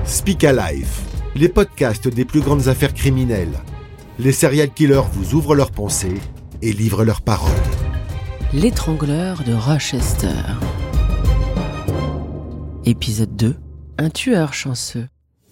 Speak Alive, les podcasts des plus grandes affaires criminelles. Les serial killers vous ouvrent leurs pensées et livrent leurs paroles. L'étrangleur de Rochester. Épisode 2. Un tueur chanceux.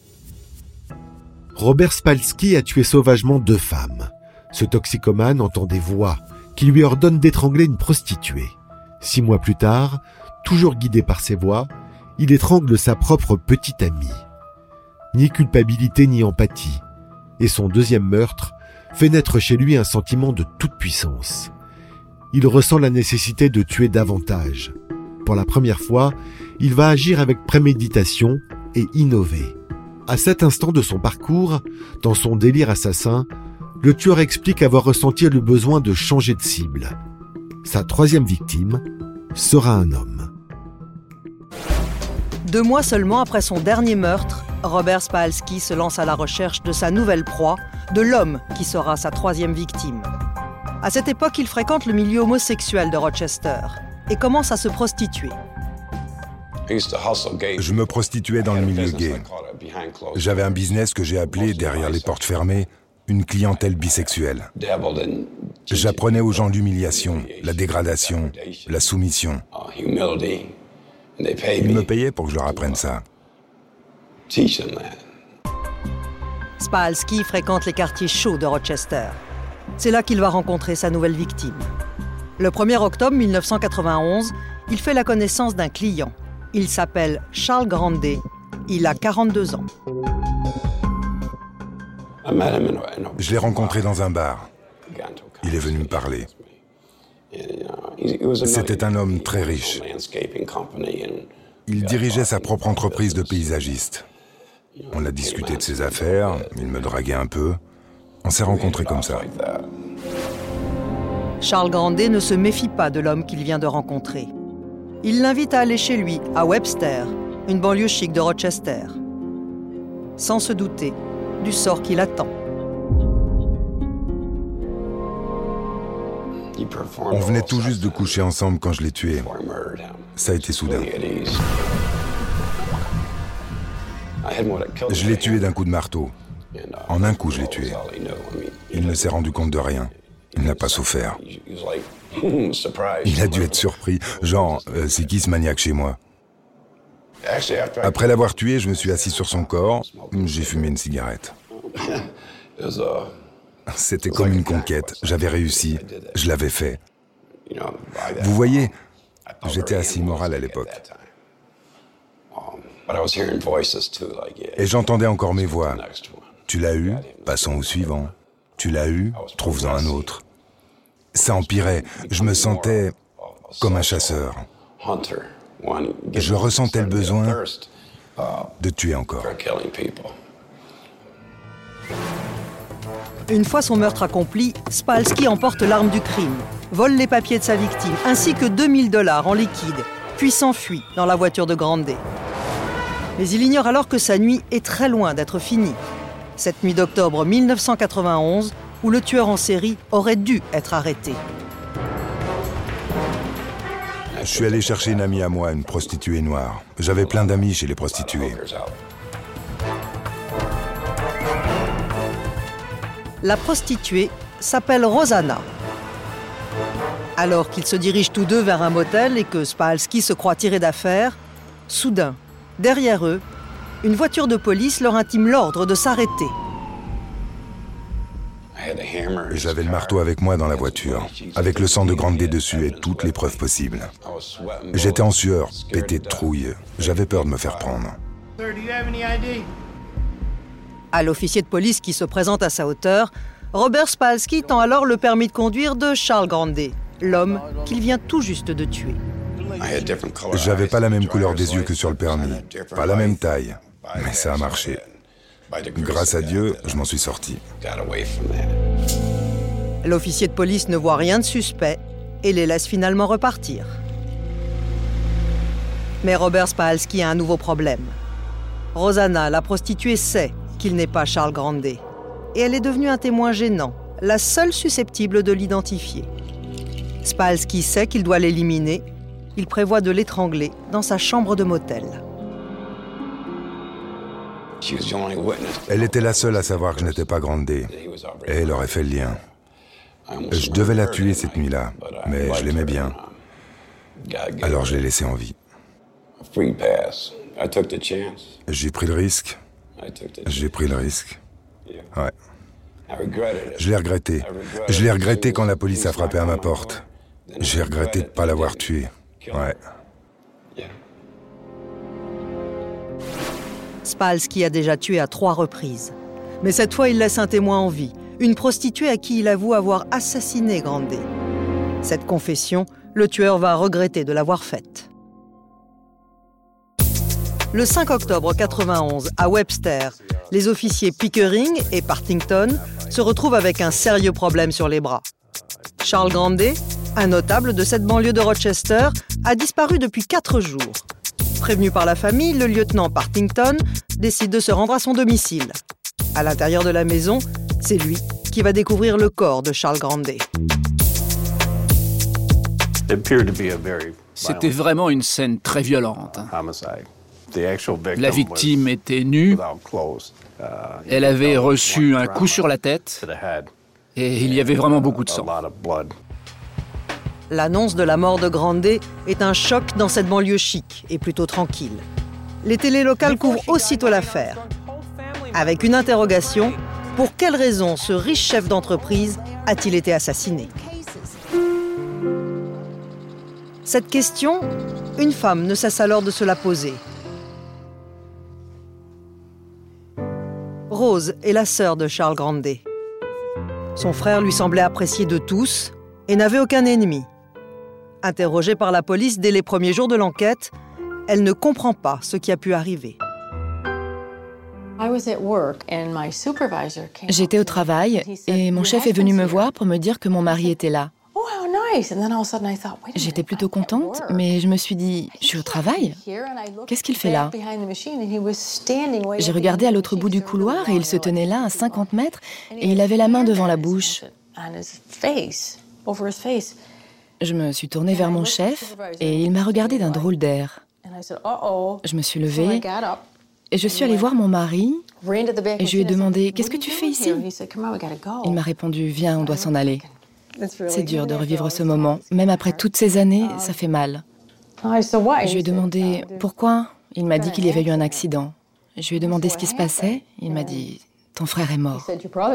Robert Spalski a tué sauvagement 2 femmes. Ce toxicomane entend des voix qui lui ordonnent d'étrangler une prostituée. 6 mois plus tard, toujours guidé par ces voix, il étrangle sa propre petite amie. Ni culpabilité ni empathie. Et son 2e meurtre fait naître chez lui un sentiment de toute puissance. Il ressent la nécessité de tuer davantage. Pour la première fois, il va agir avec préméditation et innover. À cet instant de son parcours, dans son délire assassin, le tueur explique avoir ressenti le besoin de changer de cible. Sa 3e victime sera un homme. 2 mois seulement après son dernier meurtre, Robert Spalski se lance à la recherche de sa nouvelle proie, de l'homme qui sera sa 3e victime. À cette époque, il fréquente le milieu homosexuel de Rochester et commence à se prostituer. Je me prostituais dans le milieu gay. J'avais un business que j'ai appelé, derrière les portes fermées, une clientèle bisexuelle. J'apprenais aux gens l'humiliation, la dégradation, la soumission. Ils me payaient pour que je leur apprenne ça. Spalski fréquente les quartiers chauds de Rochester. C'est là qu'il va rencontrer sa nouvelle victime. Le 1er octobre 1991, il fait la connaissance d'un client. Il s'appelle Charles Grandet. Il a 42 ans. Je l'ai rencontré dans un bar. Il est venu me parler. C'était un homme très riche. Il dirigeait sa propre entreprise de paysagiste. On a discuté de ses affaires, il me draguait un peu. On s'est rencontrés comme ça. Charles Grandet ne se méfie pas de l'homme qu'il vient de rencontrer. Il l'invite à aller chez lui, à Webster, une banlieue chic de Rochester, sans se douter du sort qui l'attend. On venait tout juste de coucher ensemble quand je l'ai tué. Ça a été soudain. Je l'ai tué d'un coup de marteau. En un coup, je l'ai tué. Il ne s'est rendu compte de rien. Il n'a pas souffert. Il a dû être surpris. Genre, c'est qui ce maniaque chez moi? Après l'avoir tué, je me suis assis sur son corps. J'ai fumé une cigarette. C'était comme une conquête. J'avais réussi. Je l'avais fait. Vous voyez, j'étais assez immoral à l'époque. Et j'entendais encore mes voix. Tu l'as eu, passons au suivant. Tu l'as eu, trouve-en un autre. Ça empirait. Je me sentais comme un chasseur. Je ressentais le besoin de tuer encore. Une fois son meurtre accompli, Spalski emporte l'arme du crime, vole les papiers de sa victime, ainsi que $2000 en liquide, puis s'enfuit dans la voiture de Grandet. Mais il ignore alors que sa nuit est très loin d'être finie. Cette nuit d'octobre 1991, où le tueur en série aurait dû être arrêté. Je suis allé chercher une amie à moi, une prostituée noire. J'avais plein d'amis chez les prostituées. La prostituée s'appelle Rosanna. Alors qu'ils se dirigent tous deux vers un motel et que Spalski se croit tiré d'affaire, soudain, derrière eux, une voiture de police leur intime l'ordre de s'arrêter. J'avais le marteau avec moi dans la voiture, avec le sang de Grandet dessus et toutes les preuves possibles. J'étais en sueur, pété de trouille. J'avais peur de me faire prendre. À l'officier de police qui se présente à sa hauteur, Robert Spalski tend alors le permis de conduire de Charles Grandet, l'homme qu'il vient tout juste de tuer. J'avais pas la même couleur des yeux que sur le permis, pas la même taille, mais ça a marché. Grâce à Dieu, je m'en suis sorti. L'officier de police ne voit rien de suspect et les laisse finalement repartir. Mais Robert Spalski a un nouveau problème. Rosanna, la prostituée, sait qu'il n'est pas Charles Grandet. Et elle est devenue un témoin gênant, la seule susceptible de l'identifier. Spalski sait qu'il doit l'éliminer. Il prévoit de l'étrangler dans sa chambre de motel. Elle était la seule à savoir que je n'étais pas Grande, et elle aurait fait le lien. Je devais la tuer cette nuit-là, mais je l'aimais bien. Alors je l'ai laissée en vie. J'ai pris le risque. Ouais. Je l'ai regretté. Je l'ai regretté quand la police a frappé à ma porte. J'ai regretté de ne pas l'avoir tué. Ouais. Spalski a déjà tué à 3 reprises. Mais cette fois, il laisse un témoin en vie, une prostituée à qui il avoue avoir assassiné Grande. Cette confession, le tueur va regretter de l'avoir faite. Le 5 octobre 1991, à Webster, les officiers Pickering et Partington se retrouvent avec un sérieux problème sur les bras. Charles Grande, un notable de cette banlieue de Rochester, a disparu depuis 4 jours. Prévenu par la famille, le lieutenant Partington décide de se rendre à son domicile. À l'intérieur de la maison, c'est lui qui va découvrir le corps de Charles Grande. C'était vraiment une scène très violente. La victime était nue, elle avait reçu un coup sur la tête et il y avait vraiment beaucoup de sang. L'annonce de la mort de Grande est un choc dans cette banlieue chic et plutôt tranquille. Les télés locales couvrent aussitôt l'affaire. Avec une interrogation, pour quelle raison ce riche chef d'entreprise a-t-il été assassiné? Cette question, une femme ne cesse alors de se la poser. Rose est la sœur de Charles Grande. Son frère lui semblait apprécié de tous et n'avait aucun ennemi. Interrogée par la police dès les premiers jours de l'enquête, elle ne comprend pas ce qui a pu arriver. J'étais au travail et mon chef est venu me voir pour me dire que mon mari était là. J'étais plutôt contente, mais je me suis dit, je suis au travail. Qu'est-ce qu'il fait là? J'ai regardé à l'autre bout du couloir et il se tenait là à 50 mètres et il avait la main devant la bouche. Je me suis tournée vers mon chef et il m'a regardé d'un drôle d'air. Je me suis levée et je suis allée voir mon mari et je lui ai demandé « Qu'est-ce que tu fais ici ?» Il m'a répondu « Viens, on doit s'en aller ». C'est dur de revivre ce moment. Même après toutes ces années, ça fait mal. Je lui ai demandé « Pourquoi ?» Il m'a dit qu'il y avait eu un accident. Je lui ai demandé ce qui se passait. Il m'a dit « Ton frère est mort ».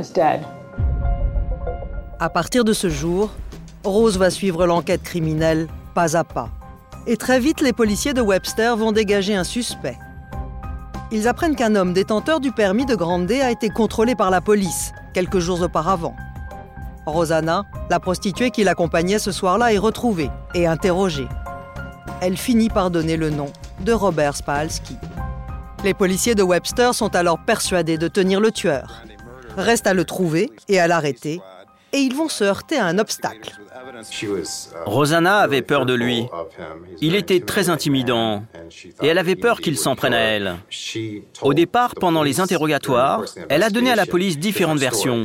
À partir de ce jour, Rose va suivre l'enquête criminelle pas à pas. Et très vite, les policiers de Webster vont dégager un suspect. Ils apprennent qu'un homme détenteur du permis de Grande a été contrôlé par la police quelques jours auparavant. Rosanna, la prostituée qui l'accompagnait ce soir-là, est retrouvée et interrogée. Elle finit par donner le nom de Robert Spalski. Les policiers de Webster sont alors persuadés de tenir le tueur. Reste à le trouver et à l'arrêter, et ils vont se heurter à un obstacle. Rosanna avait peur de lui. Il était très intimidant et elle avait peur qu'il s'en prenne à elle. Au départ, pendant les interrogatoires, elle a donné à la police différentes versions.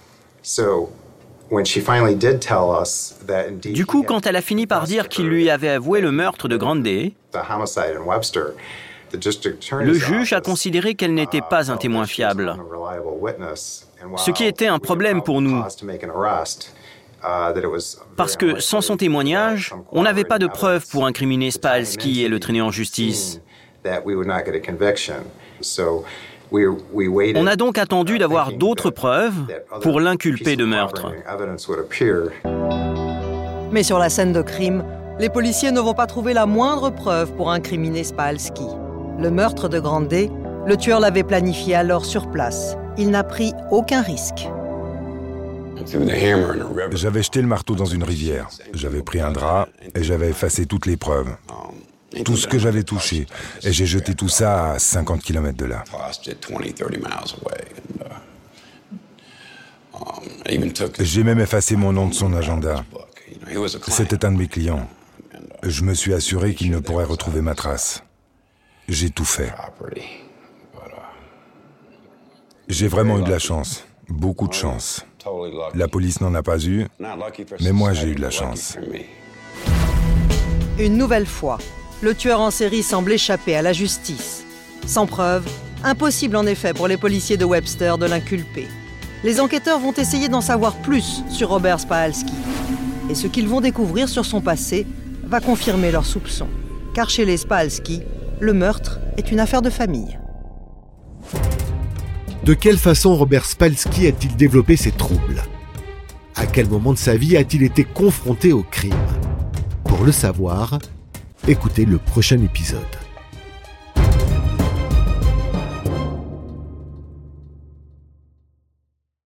Du coup, quand elle a fini par dire qu'il lui avait avoué le meurtre de Grande, le juge a considéré qu'elle n'était pas un témoin fiable. Ce qui était un problème pour nous. Parce que sans son témoignage, on n'avait pas de preuves pour incriminer Spalski et le traîner en justice. On a donc attendu d'avoir d'autres preuves pour l'inculper de meurtre. Mais sur la scène de crime, les policiers ne vont pas trouver la moindre preuve pour incriminer Spalski. Le meurtre de Grande, le tueur l'avait planifié alors sur place. Il n'a pris aucun risque. J'avais jeté le marteau dans une rivière. J'avais pris un drap et j'avais effacé toutes les preuves. Tout ce que j'avais touché. Et j'ai jeté tout ça à 50 km de là. J'ai même effacé mon nom de son agenda. C'était un de mes clients. Je me suis assuré qu'il ne pourrait retrouver ma trace. J'ai tout fait. J'ai vraiment eu de la chance. Beaucoup de chance. La police n'en a pas eu, mais moi j'ai eu de la chance. Une nouvelle fois, le tueur en série semble échapper à la justice. Sans preuve, Impossible en effet pour les policiers de Webster de l'inculper. Les enquêteurs vont essayer d'en savoir plus sur Robert Spalski. Et ce qu'ils vont découvrir sur son passé va confirmer leurs soupçons. Car chez les Spalski, le meurtre est une affaire de famille. De quelle façon Robert Spalski a-t-il développé ses troubles ? À quel moment de sa vie a-t-il été confronté au crime ? Pour le savoir, écoutez le prochain épisode.